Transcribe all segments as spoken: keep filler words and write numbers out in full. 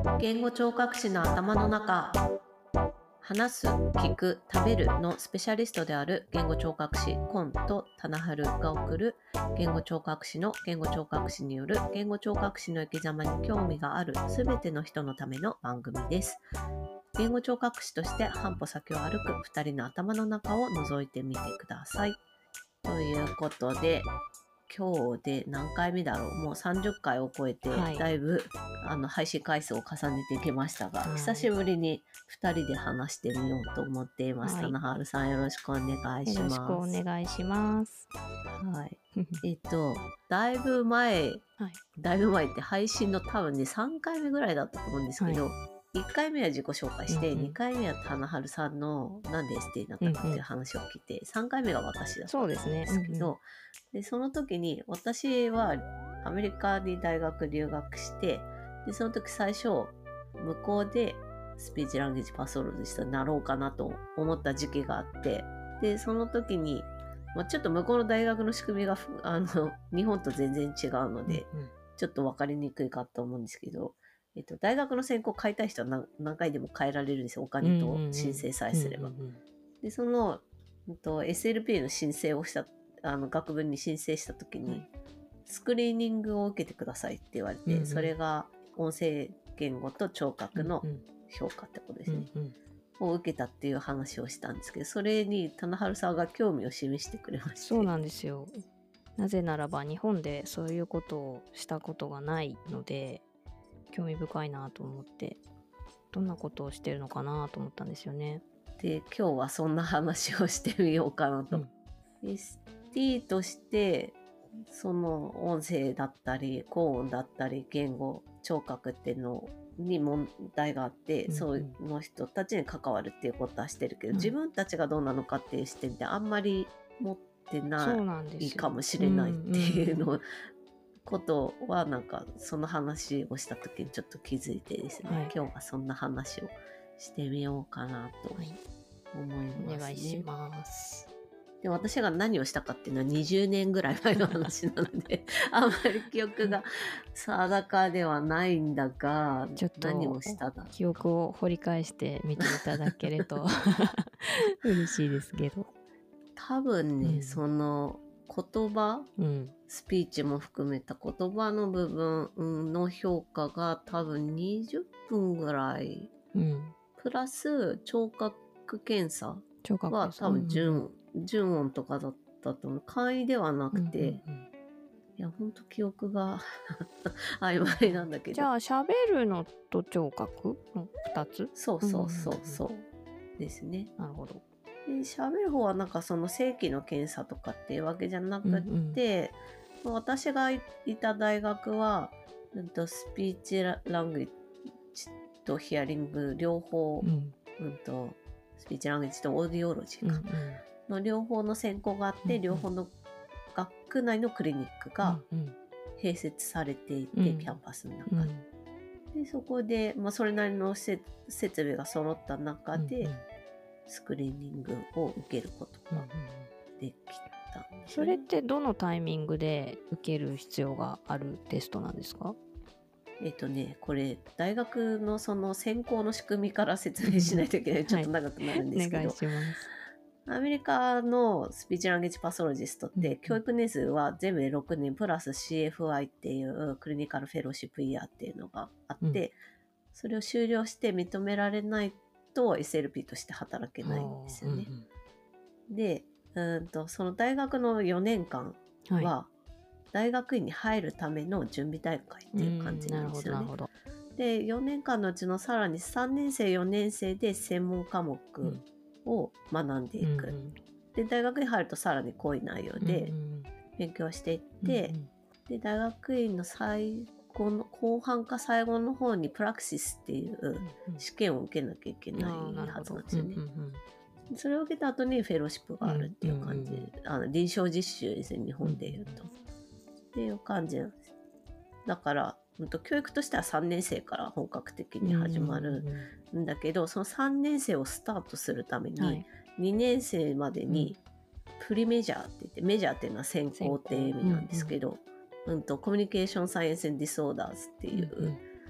言語聴覚士の頭の中。話す、聞く、食べるのスペシャリストである言語聴覚士コンとタナハルが送る言語聴覚士の言語聴覚士による言語聴覚士の生き様に興味があるすべての人のための番組です。言語聴覚士として半歩先を歩くふたりの頭の中を覗いてみてください。ということで、今日で何回目だろう、もうさんじゅっかいを超えて、 はいだいぶあの配信回数を重ねてきましたが、 はい久しぶりにふたりで話してみようと思っています。 はいタナハルさん、よろしくお願いしよろしくおます。 願いします。 はいえっとだいぶ前はい。 だいぶ前って配信の多分ねさんかいめぐらいだったと思うんですけど、いっかいめは自己紹介して、 うんうんにかいめはタナハルさんのなんでエステになったかっていう話を聞いて、さんかいめが私だったんですけど、 そうですねうんうんでその時に私はアメリカに大学留学して、でその時最初向こうでスピーチランゲージパソロジストになろうかなと思った時期があって、でその時に、まあ、ちょっと向こうの大学の仕組みがふあの日本と全然違うので、 うんうんちょっと分かりにくいかと思うんですけど、えっと、大学の専攻を変えたい人は何何回でも変えられるんですよ。お金と申請さえすれば。 うんうんうんでその、うんと、エスエルピー の申請をしたあの学部に申請した時に、 はいスクリーニングを受けてくださいって言われて、 うんうんそれが音声言語と聴覚のうん評価ってことですね、 うんうんを受けたっていう話をしたんですけど、それにタナハルさんが興味を示してくれまして。 そうなんですよ。なぜならば日本でそういうことをしたことがないので興味深いなと思って、どんなことをしてるのかなと思ったんですよね。 で今日はそんな話をしてみようかなと、 うんエスティー としてその音声だったり高音だったり言語聴覚っていうのに問題があって、 うんうんその人たちに関わるっていうことはしてるけど、 うん自分たちがどうなのかっていう視点ってあんまり持ってそうななんですよいかもしれないっていうの、 うんうんことはなんかその話をした時にちょっと気づいてですね、 はい今日はそんな話をしてみようかなとはい思いますね。 お願いします。 で私が何をしたかっていうのはにじゅうねんぐらい前の話なのであんまり記憶が定かではないんだが、 ちょっと何をしただろう記憶を掘り返して見ていただけると嬉しいですけど。 多分ね、 うんその言葉うんスピーチも含めた言葉の部分の評価が多分にじゅっぷんぐらいうんプラス聴覚検査聴覚は多分ですうん純,、純音とかだったと思う。簡易ではなくて、 うんうんうんいやほんと記憶が曖昧なんだけど、 じゃあ喋るのと聴覚のふたつ？ そうそうそうそうですね。 なるほど。 で喋る方はなんかその正規の検査とかっていうわけじゃなくって、うんうん、私がいた大学は、うんと、スピーチラングエッジとヒアリング両方、 うんうんと、スピーチラングエッジとオーディオロジーか、 うんうんの両方の専攻があって、 うんうん両方の学区内のクリニックがうん併設されていて、 うんキャンパスの中うんで、でそこで、まあ、それなりの設備が揃った中で、 うんうんスクリーニングを受けることができたんですそよね。 れってどのタイミングで受ける必要があるテストなんですか？ えっとね、これ大学のその専攻の仕組みから説明しないといけない、ちょっと長くなるんですけど、 お願いします。 アメリカのスピーチランゲージパソロジストって、 うん教育年数は全部でろくねんプラス シーエフアイ っていうクリニカルフェローシップイヤーっていうのがあって、 うんそれを修了して認められないと エスエルピー として働けないんですよね。 うんで、うんとその大学のよねんかんうんは大学院に入るための準備大会っていう感じなんですよね。 なるほど。 で、よねんかんのうちのさらにさんねん生よねん生で専門科目を学んでいく。 うんうんで、大学に入るとさらに濃い内容でうん勉強していっうんて、 うんで大学院の最後の後半か最後の方にプラクシスっていううん試験を受けなきゃいけないあーなるはほどずなんですよね。 うんうんそれを受けた後にフェローシップがあるっていう感じで、 うんうんあの臨床実習ですね、日本でいうと、っていう感じなんです。だからうんと教育としてはさんねん生から本格的に始まるんだけど、そのさんねん生をスタートするために、 はいにねん生までにプリメジャーって言って、メジャーっていうのは専攻っていう意味なんですけど、うんとコミュニケーションサイエンスディソーダーズっていう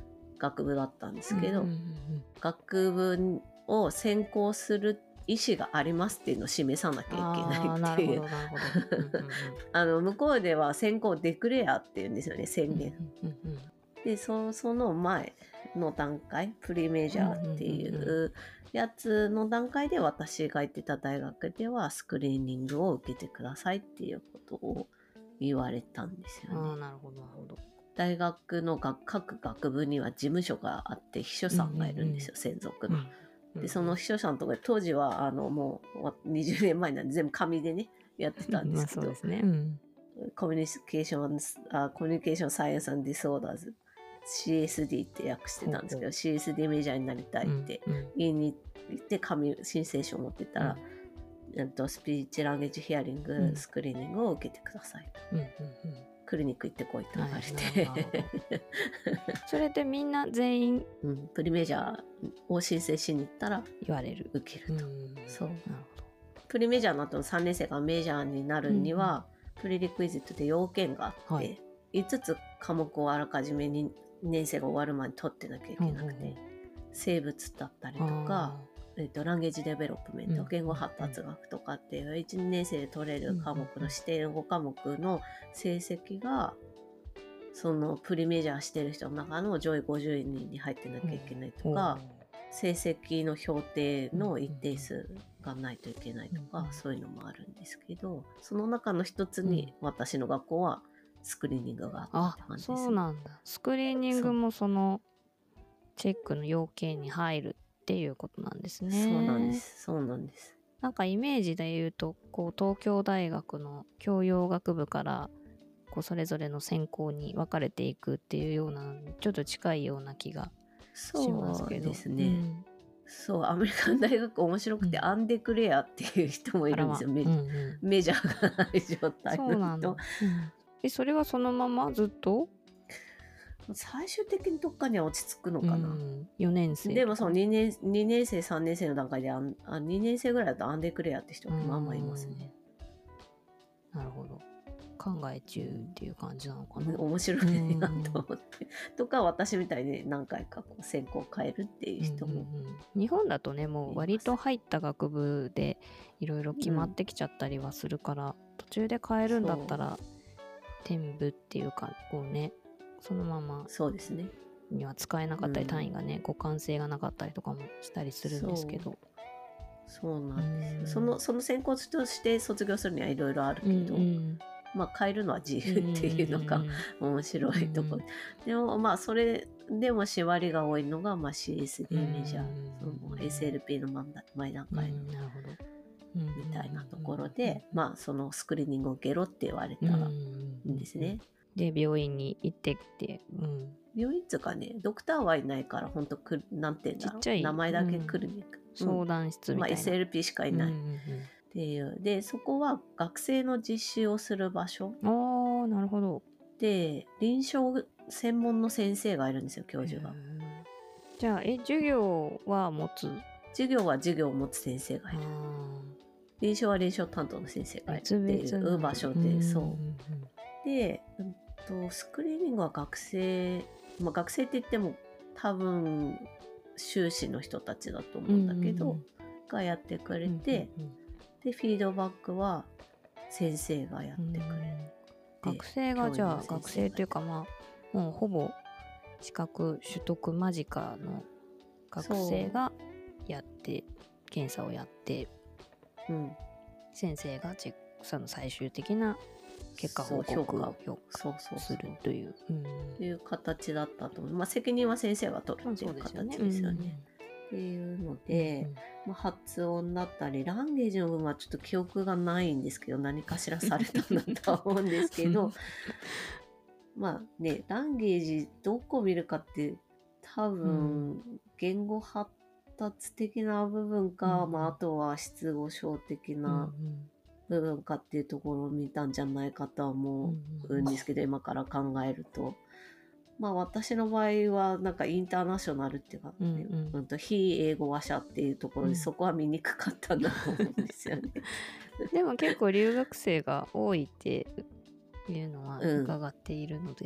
学部だったんですけど、 うんうんうん学部を専攻する意思がありますっていうのを示さなきゃいけないあーなっていうるほどなるほど。うんうんうんあの向こうでは専攻デクレアっていうんですよね、宣言。 うんうんうんで そ, その前の段階プリメジャーっていうんうんうんうやつの段階で私が行ってた大学ではスクリーニングを受けてくださいっていうことを言われたんですよああね。 なるほどなるほど。 大学の学各学部には事務所があって秘書さんがいるんですよ、専属の。でその秘書さんのところで当時はあのもうにじゅうねんまえなんで全部紙でねやってたんですけど、 まあそうですね。うんコミュニケーションあコミュニケーションサイエンス&ディソーダーズ シーエスディー って訳してたんですけど、 ほうほうシーエスディー メジャーになりたいってうんうん言いに行って紙申請書を持ってたら、えっとスピーチランゲージヒアリング、 うんスクリーニングを受けてくださいと、 うんうんうんクリニック行ってこいと言われはいなるほて、 それでみんな全員うん、プリメジャーを申請しに行ったら言われる。 受けると、 うんそうなるほど。 プリメジャーの後のさんねん生がメジャーになるには、プリリクイジットで要件があって、 はい、 いつつ科目をあらかじめにねん生が終わる前に取ってなきゃいけなくて、 うんうんうん生物だったりとか、えっとランゲージデベロップメント、 うん言語発達学とかっていういち、にねん生で取れる科目の指定ご科目の成績がそのプリメジャーしてる人の中の上位ごじゅうにんに入ってなきゃいけないとか、成績の評定の一定数がないといけないとか、 うんうんそういうのもあるんですけど、その中の一つに私の学校はスクリーニングがあったあって感じです。 そうなんだ。スクリーニングもそのチェックの要件に入るっていうことなんですね。 そうなんです。そうなんです。 なんかイメージで言うとこう東京大学の教養学部からこうそれぞれの専攻に分かれていくっていうようなちょっと近いような気がしますけど。 そうですね。 うんそう、アメリカン大学面白くて、 うん、 アンデクレアっていう人もいるんですよ。メジうんうん、 メジャーがない状態そうなんだ、 のうん、えそれはそのままずっと最終的にどっかには落ち着くのかな、うん、 よねん生でもその2年、にねん生さんねん生の段階であんあにねん生ぐらいだとアンデクレアって人がまあまあいますね。 なるほど、考え中っていう感じなのかな、 面白いなと思ってとか私みたいに何回かこう専攻を変えるっていう人も、 うんうんうん、日本だとねもう割と入った学部でいろいろ決まってきちゃったりはするから、うん、途中で変えるんだったら転部っていうかこうねそのままそうですねには使えなかったり、単位がね互換性がなかったりとかもしたりするんですけど、 そうなんです。そのその専攻として卒業するにはいろいろあるけど、うんうん、まあ変えるのは自由っていうのが面白いところ、うんうん、でもまあそれでも縛りが多いのが、まあ、シーエスディー メジャー、その エスエルピー の前段階の、うん、なるほどみたいなところで、まあそのスクリーニングを受けろって言われたんですね。 で病院に行ってきて、うん、 病院っていうかねドクターはいないから本当くなんていうんだろう、 ちっちゃい名前だけクリニック、 うん、相談室みたいな、 まあ、エスエルピー しかいないっていう、でそこは学生の実習をする場所、 あーなるほど、 で臨床専門の先生がいるんですよ、教授が。 じゃあえ授業は持つ授業は授業を持つ先生がいる、臨床は臨床担当の先生がいるっていう場所で、そうで、うんと、スクリーニングは学生、まあ、学生って言っても多分修士の人たちだと思うんだけど、うんうんうん、がやってくれて、うんうんうん、でフィードバックは先生がやってくれる、 うん、学生がじゃあ学生っていうかまあもうほぼ資格取得間近の学生がやって検査をやって、うん、先生がチェックその最終的な結果報告を評価するといういう形だったと思う。まあ責任は先生が取るっていう形ですよね。っていうので、うんまあ、発音だったりランゲージの部分はちょっと記憶がないんですけど、何かしらされたんだとは思うんですけどまあね、ランゲージどこ見るかって多分言語発達的な部分か、うんまあ、あとは失語症的な、うんうん部分かっていうところを見たんじゃないかとは思うんですけど、うんうん、今から考えるとまあ私の場合はなんかインターナショナルっていうか、ねうんうん、と非英語話者っていうところで、うん、そこは見にくかったんだと思うんですよねでも結構留学生が多いっていうのは伺っているので、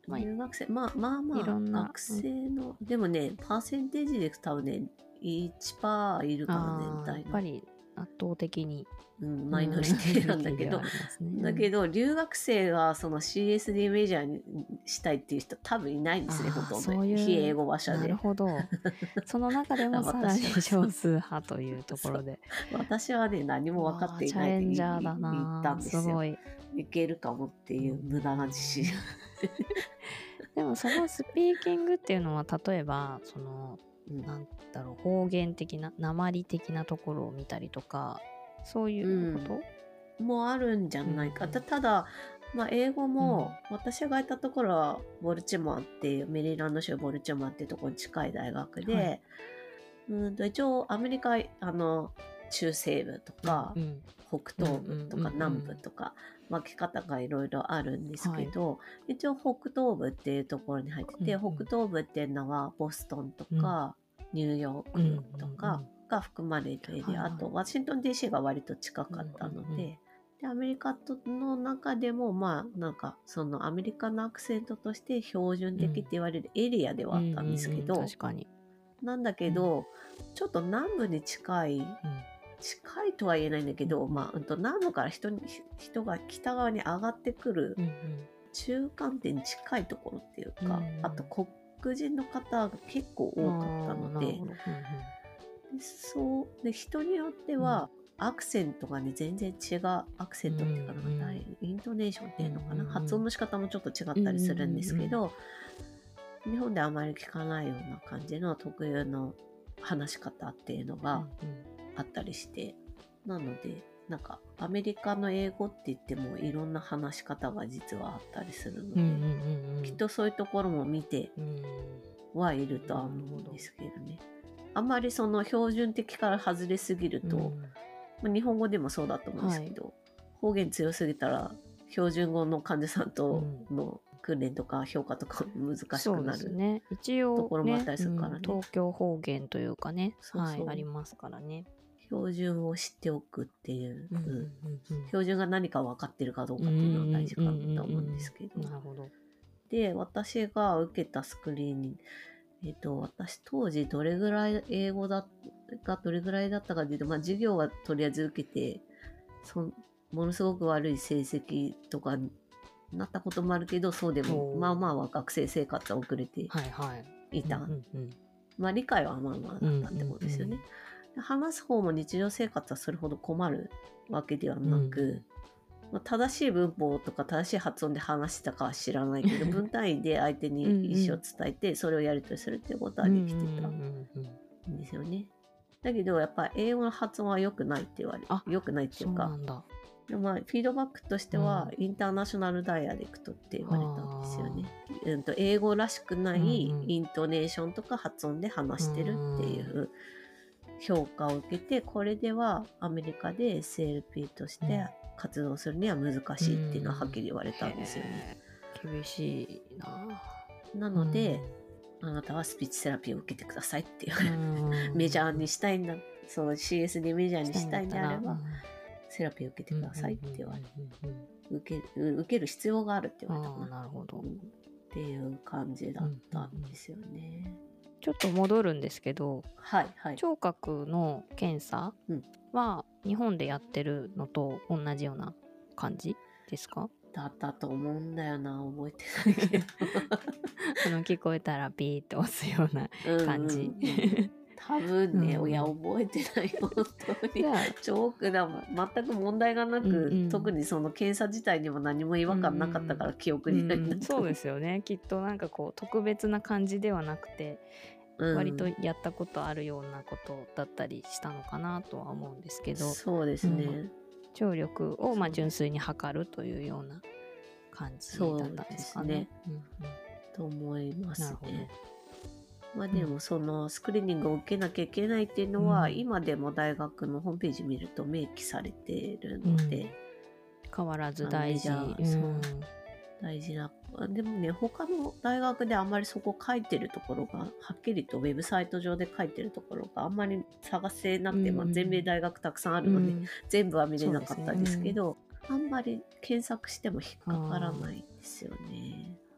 まあ留学生まあまあまあいろんな学生の、うん、でもねパーセンテージでいくと多分ね いちパーセント いるかな全体の。 やっぱり圧倒的に、 うん、マイノリティなんだけど、うん、だけど留学生がその シーエスディー メジャーにしたいっていう人多分いないんですねほとんど。そういう非英語話者で。 なるほどその中でもさらに少数派というところで私はね何も分かっていないって言ったんですよ。すごいいけるかもっていう無駄な自信でもそのスピーキングっていうのは例えばその、うん、なんだろう方言的な訛り的なところを見たりとかそういうこと、 うん、もあるんじゃないか、うん、た, ただ、まあ、英語も、うん、私がいたところはボルチモアっていうメリーランド州ボルチモアっていうところに近い大学で、はい、うんと一応アメリカあの中西部とか、うん、北東部とか南部とか分け方がいろいろあるんですけど、はい、一応北東部っていうところに入ってて、うんうん、北東部っていうのはボストンとか、うん、ニューヨークとかが含まれるエリア、うんうんうん、あとワシントン ディーシー が割と近かったので、うんうんうん、でアメリカの中でもまあなんかそのアメリカのアクセントとして標準的って言われるエリアではあったんですけど、 うんうんうん、確かになんだけど、うん、ちょっと南部に近い、うん、近いとは言えないんだけど、うんまあ、南部から人に人が北側に上がってくる中間点に近いところっていうか、うん、あと黒人の方が結構多かったので、うんうん、でそうで人によっては、うん、アクセントがね全然違うアクセントっていうかな、うん、イントネーションっていうのかな、うん、発音の仕方もちょっと違ったりするんですけど、うん、日本であまり聞かないような感じの特有の話し方っていうのがあったりして、うんうん、なのでなんかアメリカの英語って言ってもいろんな話し方が実はあったりするので、うんうんうん、きっとそういうところも見てはいるとは思うんですけどね、あんまりその標準的から外れすぎると、うんまあ、日本語でもそうだと思うんですけど、はい、方言強すぎたら標準語の患者さんとの訓練とか評価とか難しくなる、 ね、一応、ね、 ところもあったりするからね、 うん、東京方言というかねそうそう、はい、ありますからね。 標準を知っておくっていう、うんうんうんうん、標準が何か分かってるかどうかっていうのは大事かなと思うんですけど、 なるほど。 で私が受けたスクリーニング、えーと、私当時どれぐらい英語だがどれぐらいだったかというと、まあ、授業はとりあえず受けてそものすごく悪い成績とかになったこともあるけど、そうでもまあまあは学生生活は遅れていた、はいはいうんうんうん、まあ理解はまあまあだったってことですよね、うんうんうん、話す方も日常生活はそれほど困るわけではなく、うんまあ、正しい文法とか正しい発音で話したかは知らないけど文単位で相手に意思を伝えてそれをやり取りするっていうことはできてたんですよね。だけどやっぱ英語の発音は良くないって言われ良くないっていうか、そうなんだ。でまあ、フィードバックとしては、うん、インターナショナルダイアレクトって言われたんですよね。うん、と英語らしくないイントネーションとか発音で話してるっていう評価を受けて、これではアメリカで エスエルピー として活動するには難しいっていうのははっきり言われたんですよね。 厳しいな。 なので、あなたはスピーチセラピーを受けてくださいっていうメジャーにしたいんだ、そう シーエス でメジャーにしたいんであればセラピーを受けてくださいって言われて、受ける、受ける必要があるって言われたかな。 なるほど、 うん。っていう感じだったんですよね。うんうんうん、 ちょっと戻るんですけど、 はいはい、 聴覚の検査は日本でやってるのと同じような感じですか？ だったと思うんだよな、覚えてないけどあの聞こえたらピーって押すような感じ。うんうんうん多分ね、うん、いや覚えてないよ本当に。チョークだも全く問題がなく、うんうん、特にその検査自体にも何も違和感なかったから記憶にないんだと、 うんうん、そうですよね。きっとなんかこう特別な感じではなくて、うん、割とやったことあるようなことだったりしたのかなとは思うんですけど、 そうですね、うん、 聴力をまあ純粋に測るというような感じだったんですかね。 そうですね、うんうん、と思いますね。まあでもそのスクリーニングを受けなきゃいけないっていうのは、うん、今でも大学のホームページ見ると明記されているので、うん、 変わらず大事、 うん、そう大事な。でもね他の大学であんまりそこ書いてるところがはっきりとウェブサイト上で書いてるところがあんまり探せなくて、うん、まあ、全米大学たくさんあるので、うん、全部は見れなかったんですけど、ね、あんまり検索しても引っかからないんですよね。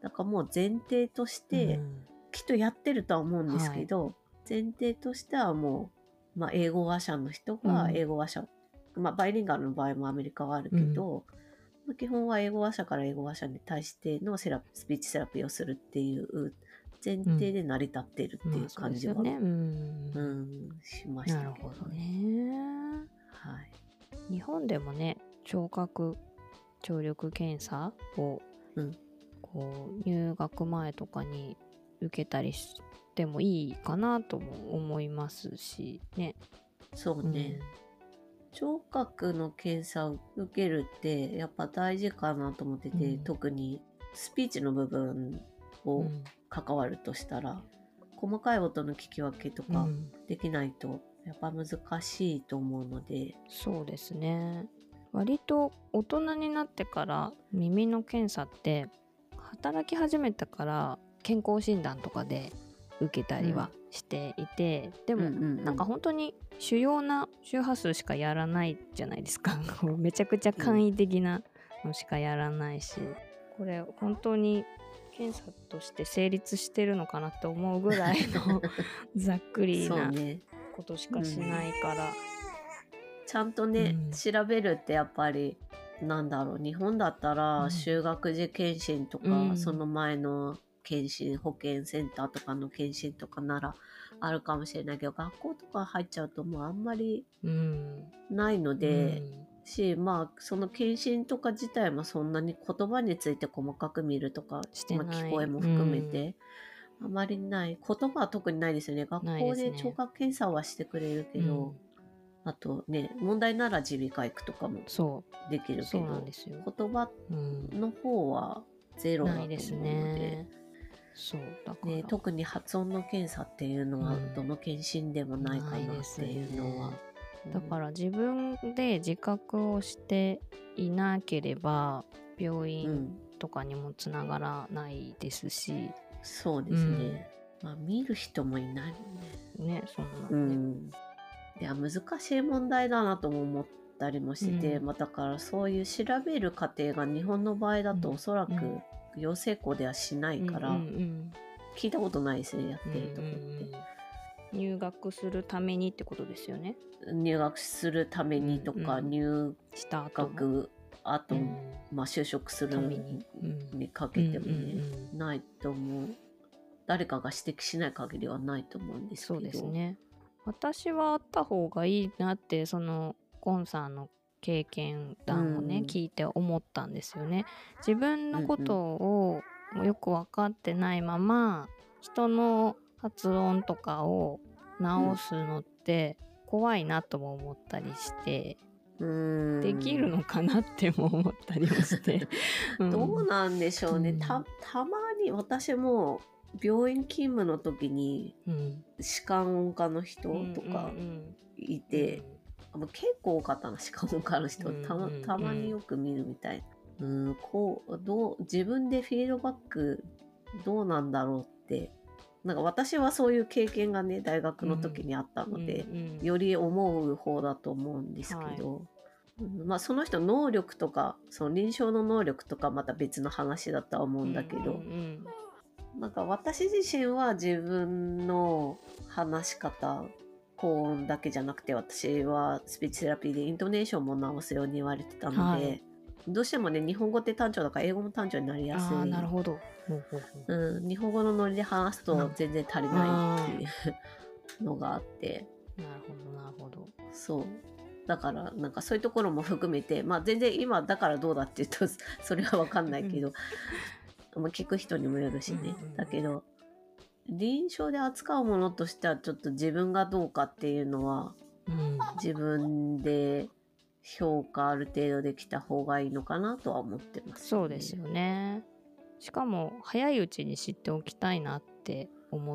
だからもう前提として、 うんきっとやってるとは思うんですけど、前提としてはもう、まあ、英語話者の人がうん英語話者、まあ、バイリンガルの場合もアメリカはあるけど、まあ基本は英語話者から英語話者に対してのセラピスピーチセラピーをするっていう前提で成り立ってるっていう感じは、 まあそうですよね。うんうん、しましたけどなるほどね。 はい。 日本でもね、聴覚聴力検査を、 うんこう入学前とかに受けたりしてもいいかなとも思いますしね。 そうね、聴覚の検査を受けるってやっぱ大事かなと思ってて、 うん特にスピーチの部分をうん関わるとしたら、細かい音の聞き分けとかうんできないとやっぱ難しいと思うので、 そうですね。割と大人になってから耳の検査って働き始めたから健康診断とかで受けたりはしていて、でもうんうんうんなんか本当に主要な周波数しかやらないじゃないですかめちゃくちゃ簡易的なのしかやらないし、これ本当に検査として成立してるのかなって思うぐらいのざっくりなそうね、 ことしかしないから、 ちゃんとね、 うん調べるってやっぱりなんだろう、日本だったらうん就学時検診とか、 うんその前の検診、保健センターとかの検診とかならあるかもしれないけど、学校とか入っちゃうともうあんまりうんないので、 うんし、まあその検診とか自体もそんなに言葉について細かく見るとか、 してない、 まあ、聞こえも含めて、あまりない。言葉は特にないですよね。学校ないですねで聴覚検査はしてくれるけど、 うんあとね、問題なら耳鼻科行くとかもそできるけうそうなんど、 ですよ、 言葉うん、 の方はゼロだと思うので、 ないですね。そうだから、 ね、特に発音の検査っていうのはうんどの検診でもないかなっていうのは、 ないだから自分で自覚をしていなければ病うん、う院ん、 とかにもつながらないですし、 そうですね、まあ見る人もいないもんね。 ね、そんなうね、 ん、いや難しい問題だなとも思ったりもしてて、 うんまあ、だからそういう調べる過程が日本の場合だとうんおそらくうん養成校ではしないから、 うんうん聞いたことないですね、やっうんてるとこって。 うんうん入学するためにってことですよね。 入学するためにとか、 うんうん入した後も学あと、 うんまあ、就職するためにうんにかけてもね、 うんうんないと思う。誰かが指摘しない限りはないと思うんですけど。 そうですね。私はあった方がいいなってそのコンさんの経験談をね、 うん聞いて思ったんですよね。自分のことをよく分かってないまま人の発音とかを直すのって怖いなとも思ったりして、 うーんできるのかなっても思ったりもして、うんどうなんでしょうね、 うんたたまに私も病院勤務の時にうん歯科音科の人とかうんいて、もう結構多かったな、歯科音科の人、たまうんうんうんたまによく見るみたい。うん、こうどう自分でフィードバックどうなんだろうって、なんか私はそういう経験がね大学の時にあったので、 うんうんより思う方だと思うんですけど、うんまあその人能力とかその臨床の能力とかまた別の話だとは思うんだけど、 うんうんなんか私自身は自分の話し方高音だけじゃなくて、私はスピーチセラピーでイントネーションも直すように言われてたので、 はいどうしてもね日本語って単調だから英語も単調になりやすい。 ああなるほど。ほうほうほううん、日本語のノリで話すと全然足りないっていうのがあって、 なるほどなるほど。 そうだからなんかそういうところも含めて、まあ全然今だからどうだって言うとそれは分かんないけどまあ聞く人にもよるしね、 うんうんだけど臨床で扱うものとしてはちょっと自分がどうかっていうのはうん自分で評価ある程度できた方がいいのかなとは思ってます、ね、 そうですよね。しかも早いうちに知っておきたいなって思って、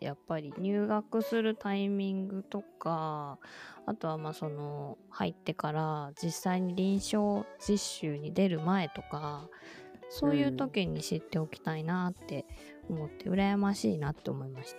やっぱり入学するタイミングとか、あとはまあその入ってから実際に臨床実習に出る前とか、そういう時に知っておきたいなって思って、羨ましいなって思いました。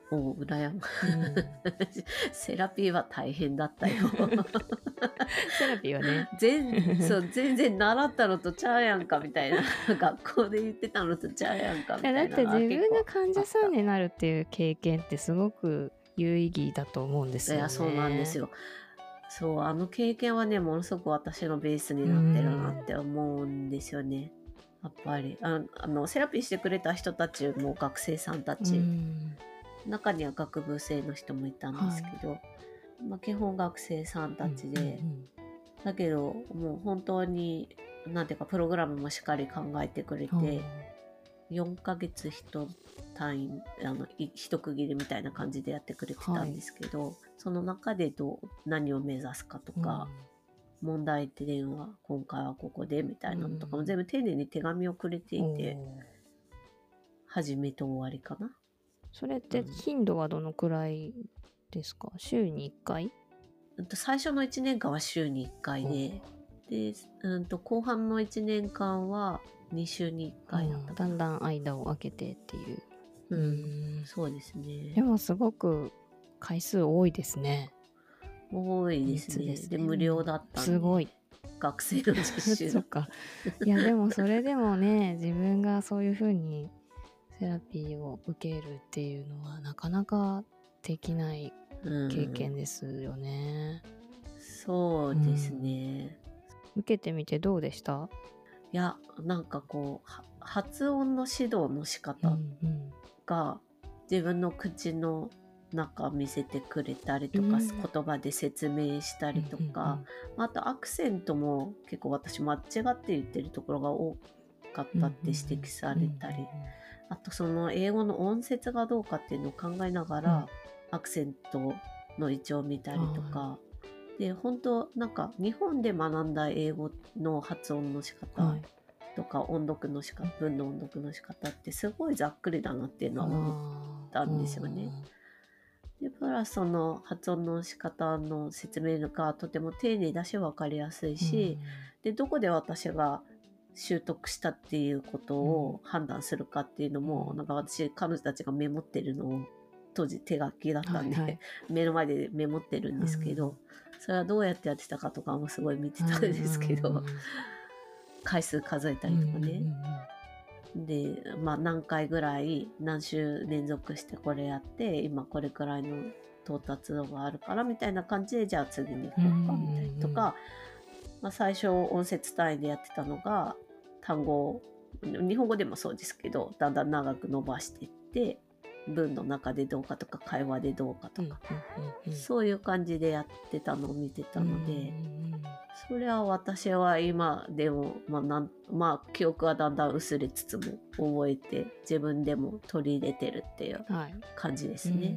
お羨まうん、 セラピーは大変だったよセラピーはね全そう全然習ったのとちゃうやんかみたいな学校で言ってたのとちゃうやんかみいやだたいなのはって自結構あっ分が患者さんた。 になるっていう経験ってすごく有意義だと思うんですよね。 いやそうなんですよ。そうあの経験はねものすごく私のベースにうなってるなっんて思うんですよね。やっぱりああのセラピーしてくれた人たちも学生さんたうち、 ん中には学部生の人もいたんですけど、まあ、基本学生さんたちで、 うんだけどもう本当になんていうかプログラムもしっかり考えてくれうんうんて、よんかげつ一単位あのい一区切りみたいな感じでやってくれてたんですけど、その中でどう何を目指すかとか、問題点は今回はここでみたいなのとかも全部丁寧に手紙をくれていて、 おー始めと終わりかな。 それって頻度はどのくらいですか？週にいっかい？ うんと最初のいちねんかんは週にいっかいで、で、うんと後半のいちねんかんはに週にいっかいだったかな。 だんだん間を空けてっていう。 う、 うんんそうですね。 でもすごく回数多いですね。 多いですね。 密ですねで無料だったんで。 すごい。 学生の実習そっか。いやでもそれでもね、自分がそういう風にセラピーを受けるっていうのはなかなかできない経験ですよね。 うん、そうですね、 うん、受けてみてどうでした？ いやなんかこう発音の指導の仕方が自分の口の中見せてくれたりとか、うん、言葉で説明したりとか、うん、あとアクセントも結構私間違って言ってるところが多かったって指摘されたり、あとその英語の音節がどうかっていうのを考えながら、うん、アクセントの位置を見たりとか、で本当なんか日本で学んだ英語の発音の仕方とか、はい、音読の仕方、文の音読の仕方ってすごいざっくりだなっていうのは思ったんですよね。でプラスその発音の仕方の説明がとても丁寧だし分かりやすいし、でどこで私が習得したっていうことを判断するかっていうのも、うん、なんか私彼女たちがメモってるのを当時手書きだったんで、はいはい、目の前でメモってるんですけど、うん、それはどうやってやってたかとかもすごい見てたんですけど、うん、回数数えたりとかね、でまあ何回ぐらい何週連続してこれやって今これくらいの到達度があるからみたいな感じでじゃあ次に行こうかみたいなとか、まあ、最初音節単位でやってたのが単語日本語でもそうですけどだんだん長く伸ばしていって文の中でどうかとか会話でどうかとか、そういう感じでやってたのを見てたので、それは私は今でも、まあなんまあ、記憶はだんだん薄れつつも覚えて自分でも取り入れてるっていう感じですね。はい、うん、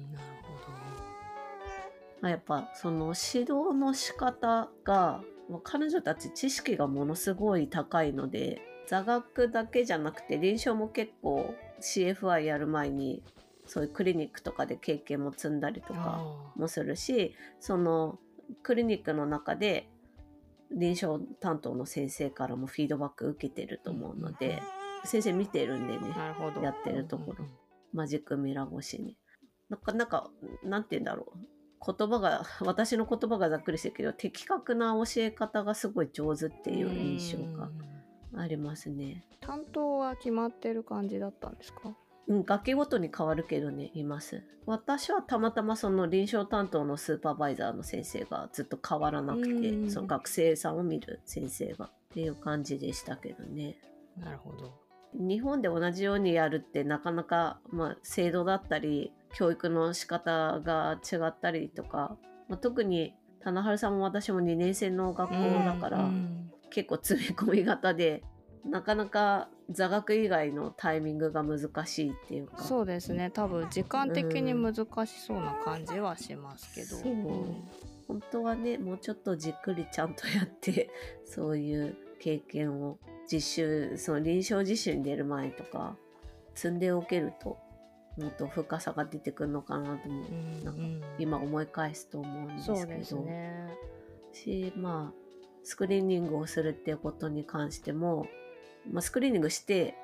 なるほど。まあ、やっぱその指導の仕方が彼女たち知識がものすごい高いので座学だけじゃなくて臨床も結構 シーエフアイ やる前にそういうクリニックとかで経験も積んだりとかもするし、そのクリニックの中で臨床担当の先生からもフィードバック受けてると思うので、うん、先生見てるんでね、やってるところ、うん、マジックミラー越しになかなかなんて言うんだろう、言葉が私の言葉がざっくりしてるけど的確な教え方がすごい上手っていう印象がありますね。 担当は決まってる感じだったんですか？ うん、学期ごとに変わるけどね、います。私はたまたまその臨床担当のスーパーバイザーの先生がずっと変わらなくて、その学生さんを見る先生がっていう感じでしたけどね。 なるほど。 日本で同じようにやるってなかなか、まあ、制度だったり教育の仕方が違ったりとか、まあ、特に棚春さんも私もにねん生の学校だから、結構詰め込み型でなかなか座学以外のタイミングが難しいっていうか。 そうですね、多分時間的に難しそうな感じはしますけど、 うん、そう本当はねもうちょっとじっくりちゃんとやってそういう経験を実習その臨床実習に出る前とか積んでおけるともっと深さが出てくるのかなと思う、うんうん、なんか今思い返すと思うんですけど、そうですね、しまあスクリーニングをするっていうことに関しても、まあ、スクリーニングして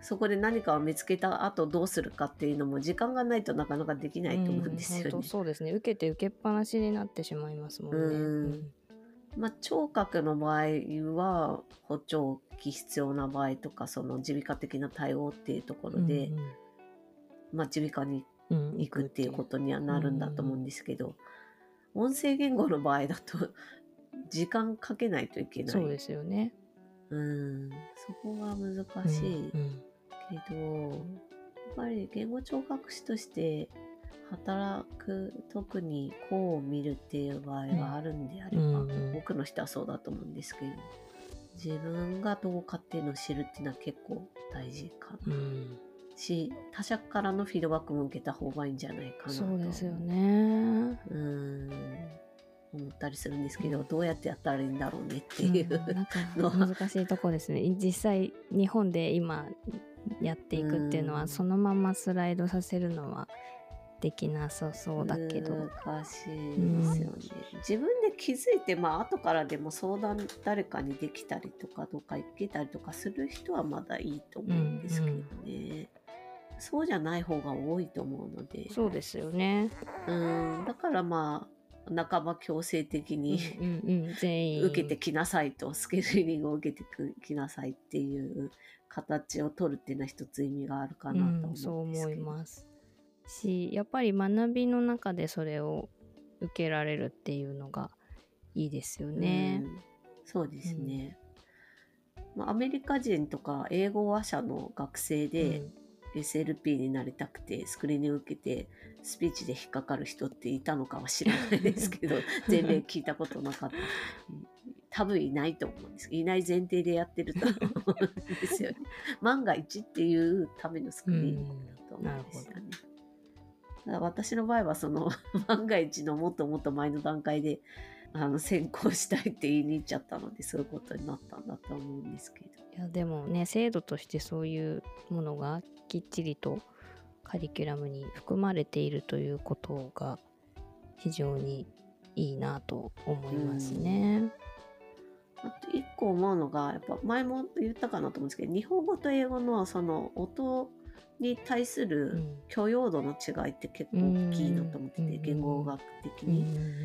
そこで何かを見つけた後どうするかっていうのも時間がないとなかなかできないと思うんですよね。 うん、本当そうですね。受けて受けっぱなしになってしまいますもんね。 うんうんまあ、聴覚の場合は補聴器必要な場合とかその耳鼻科的な対応っていうところで、 うんまあ、耳鼻科にうん行くっていうことにはなるんだと思うんですけど、音声言語の場合だと時間かけないといけない。 そうですよね。 うんそこが難しいけど、やっぱり言語聴覚士として働く、特にこうを見るっていう場合があるんであれば、 うんうん多くの人はそうだと思うんですけど、自分がどうかっていうのを知るっていうのは結構大事かな、 うんし、他者からのフィードバックも受けた方がいいんじゃないかなとそうですよね。 うん思ったりするんですけど、どうやってやったらいいんだろうねってうんいう、 なんかのは難しいとこですね。実際日本で今やっていくっていうのは、 うんそのままスライドさせるのはできなさそうだけど、 難しいですよね、うん、自分で気づいて、まあ後からでも相談誰かにできたりとかどっか行けたりとかする人はまだいいと思うんですけどね、うんうん、そうじゃない方が多いと思うので。 そうですよね。 うんだからまあ半ば強制的に、 うんうんうん、全員受けてきなさいと、スケジューリングを受けてきなさいっていう形を取るっていうのは一つ意味があるかなと思うんですけど、うん、 そう思いますし、やっぱり学びの中でそれを受けられるっていうのがいいですよね。 うん、そうですね、うんまあ、アメリカ人とか英語話者の学生で、うん、エスエルピー になりたくてスクリーニング受けてスピーチで引っかかる人っていたのかは知らないですけど全然聞いたことなかった多分いないと思うんです。いない前提でやってると思うんですよね万が一っていうためのスクリーニングだと思うんですよね、うん、だから私の場合はその万が一のもっともっと前の段階であの先行したいって言いに行っちゃったのでそういうことになったんだと思うんですけど、 いやでもね制度としてそういうものがきっちりとカリキュラムに含まれているということが非常にいいなと思いますね。 あと一個思うのがやっぱ前も言ったかなと思うんですけど、日本語と英語のその音に対する許容度の違いって結構大きいなと思ってて、うん、言語学的に、うん、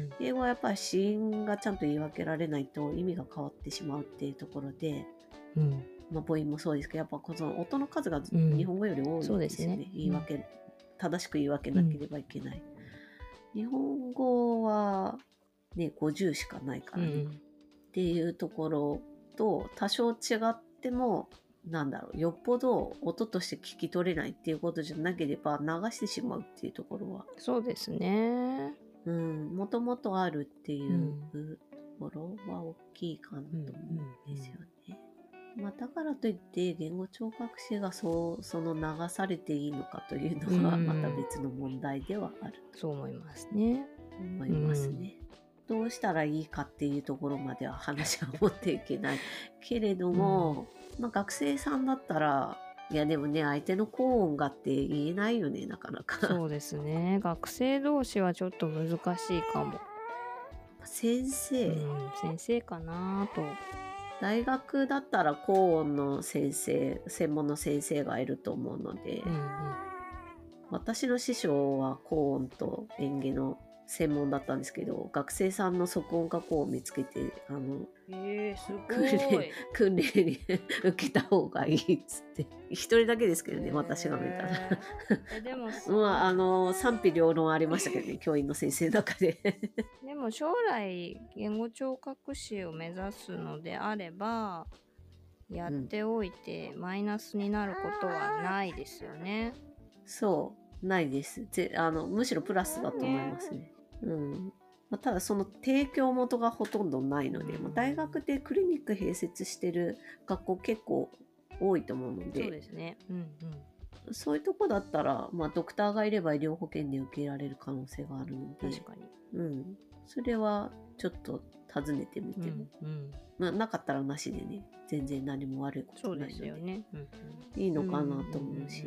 英語はやっぱり子音がちゃんと言い分けられないと意味が変わってしまうっていうところで、うんまあ、母音もそうですけどやっぱこの音の数が日本語より多いんですよね、うん、そうですね、言い分け正しく言い分けなければいけない、うん、日本語はねごじゅうしかないからね、うん、っていうところと多少違ってもなんだろうよっぽど音として聞き取れないっていうことじゃなければ流してしまうっていうところはそうですねうんもともとあるっていうところは大きいかなと思うんですよね、うんうんうんまあ、だからといって言語聴覚士がそうその流されていいのかというのはまた別の問題ではあると、 うん、そう思いますね思いますね、うん、どうしたらいいかっていうところまでは話は持っていけないけれども、うんまあ、学生さんだったらいやでもね相手の高音がって言えないよねなかなかそうですね学生同士はちょっと難しいかも先生、 うん、先生かなと大学だったら高音の先生専門の先生がいると思うので、うんうん、私の師匠は高音と演技の専門だったんですけど学生さんの即音加工を見つけてあの、 えー、すごい訓練訓練に受けた方がいいっつって一人だけですけどね、えー、私が見たらえでもまああの賛否両論ありましたけどね教員の先生の中ででも将来言語聴覚士を目指すのであればやっておいてマイナスになることはないですよね、 うん、そうないですぜあのむしろプラスだと思いますね、うんまあ、ただその提供元がほとんどないので、うん、大学でクリニック併設してる学校結構多いと思うのでそうですね、うんうん、そういうとこだったら、まあ、ドクターがいれば医療保険で受けられる可能性があるので確かに、 うん、それはちょっと尋ねてみても、うんうんまあ、なかったらなしでね全然何も悪いことないのでそうですよね、うんうん、 いいのかなと思うし、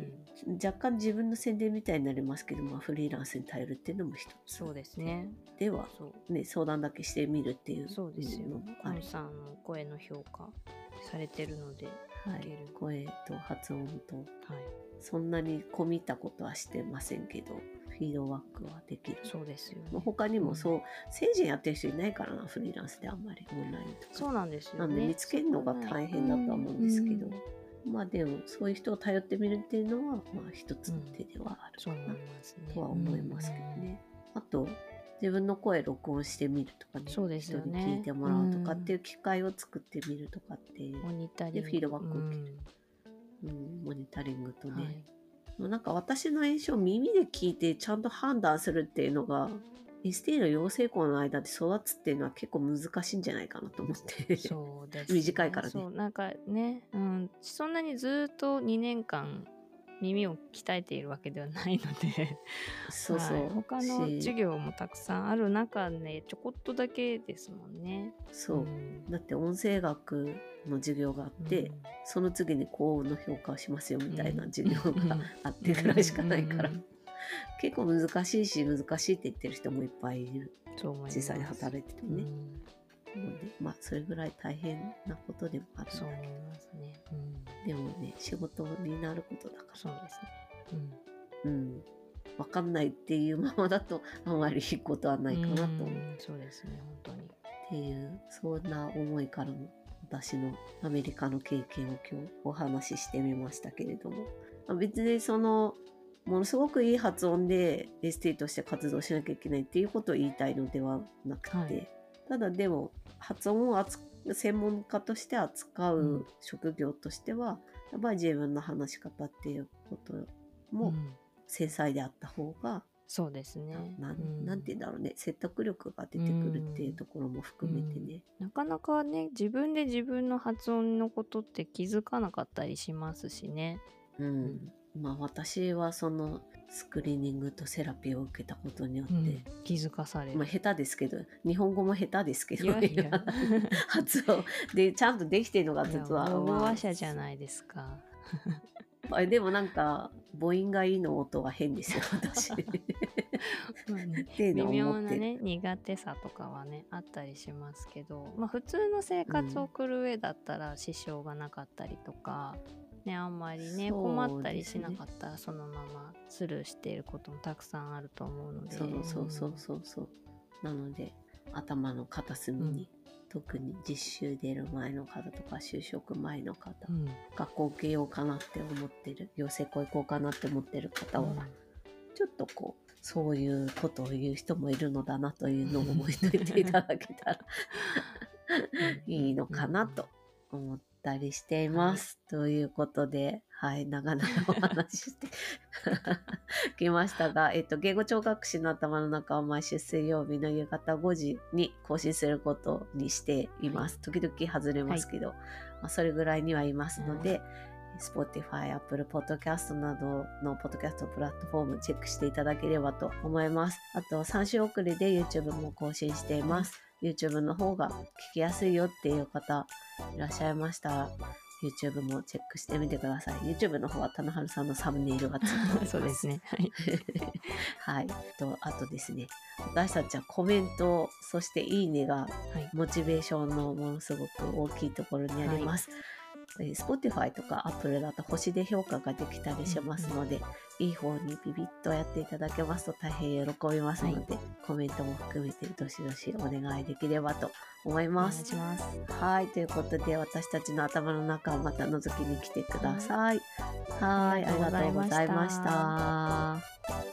若干自分の宣伝みたいになりますけど、まあ、フリーランスに頼るっていうのも一つそうですね。 では、 そうね、相談だけしてみるっていうそうですよのもある。 コンさんの声の評価されてるので、 はいいける、 声と発音とはい、 そんなに込み入ったことはしてませんけど、フィードバックはできる。 そうですよね。 まあ他にもそう、 うん、 成人やってる人いないからな、フリーランスであんまりオンラインとか。 そうなんですよね。 なんで見つけるのが大変だとは思うんですけど、 うんうん、 まあでもそういう人を頼ってみるっていうのは、まあ一つの手ではあるかな、 そう思いますね、 とは思いますけどね。あと、自分の声録音してみるとかね、 そうですよね、 人に聞いてもらうとかっていう機会を作ってみるとかっていう、 モニタリングでフィードバックを受ける、うんうん、モニタリングとね、はい、なんか私の印象、耳で聞いてちゃんと判断するっていうのがエスティー の養成校の間で育つっていうのは結構難しいんじゃないかなと思ってそうです、ね、 短いからね。 そうなんかね、うん、そんなにずっとにねんかん耳を鍛えているわけではないのでそうそう、 はい、他の授業もたくさんある中でちょこっとだけですもんね。 そう、うん、だって音声学の授業があって、うん、その次に高音の評価をしますよみたいな授業があってぐらいしかないから結構難しいし、難しいって言ってる人もいっぱいいる。実際に働いててね、うん、なのでまあそれぐらい大変なことでもあるんだけど、そう思いますね、うん、でもね、仕事になることだから。 そうですね、 うん、うん、分かんないっていうままだとあまりいいことはないかなと思う、うん、 そうですね、本当にっていうそんな思いからの私のアメリカの経験を今日お話ししてみましたけれども、別にそのものすごくいい発音でエスティとして活動しなきゃいけないっていうことを言いたいのではなくて、はい、ただでも発音を扱う専門家として扱う職業としては、うん、やっぱり自分の話し方っていうことも繊細であった方が、うん、 そうですね、 な, なんて言うんだろうね、説得力が出てくるっていうところも含めてね、 うん、なかなかね自分で自分の発音のことって気づかなかったりしますしね。 うん、うんまあ、私はそのスクリーニングとセラピーを受けたことによって、うん、 気づかされる、 まあ、下手ですけど、日本語も下手ですけど、 いやいや発音でちゃんとできてるのが実は母語話者じゃないですかあでもなんか母音がいいの音が変ですよ私まあ、ね、微妙なね苦手さとかはねあったりしますけど、まあ、普通の生活を送る上だったら支障がなかったりとか、ね、あんまりね困ったりしなかったらそのままスルーしていることもたくさんあると思うので、 そうそうそうそうそうなので頭の片隅に、うん、特に実習出る前の方とか就職前の方、うん、学校受けようかなって思ってる、養成校行こうかなって思ってる方は、うん、ちょっとこうそういうことを言う人もいるのだなというのを覚えておいていただけたらいいのかなと思ったりしています、はい、ということで、はい、長々お話ししてきましたが、えっと、言語聴覚士の頭の中は毎週水曜日の夕方ごじに更新することにしています。はい、時々外れますけど、はいまあ、それぐらいにはいますので、はいSpotify、Apple Podcast などのポッドキャストプラットフォームチェックしていただければと思います。あとさん週遅れで YouTube も更新しています。YouTube の方が聞きやすいよっていう方いらっしゃいましたら YouTube もチェックしてみてください。YouTube の方は棚春さんのサムネイルがついております。 そうですね。はい。 はい。とあとですね、私たちはコメント、そしていいねがモチベーションのものすごく大きいところにあります。はいSpotify とか Apple だと星で評価ができたりしますので、うんうん、いい方にビビッとやっていただけますと大変喜びますので、はい、コメントも含めてどしどしお願いできればと思います。 お願いします。 はい、ということで私たちの頭の中をまた覗きに来てください。はい、ありがとうございました。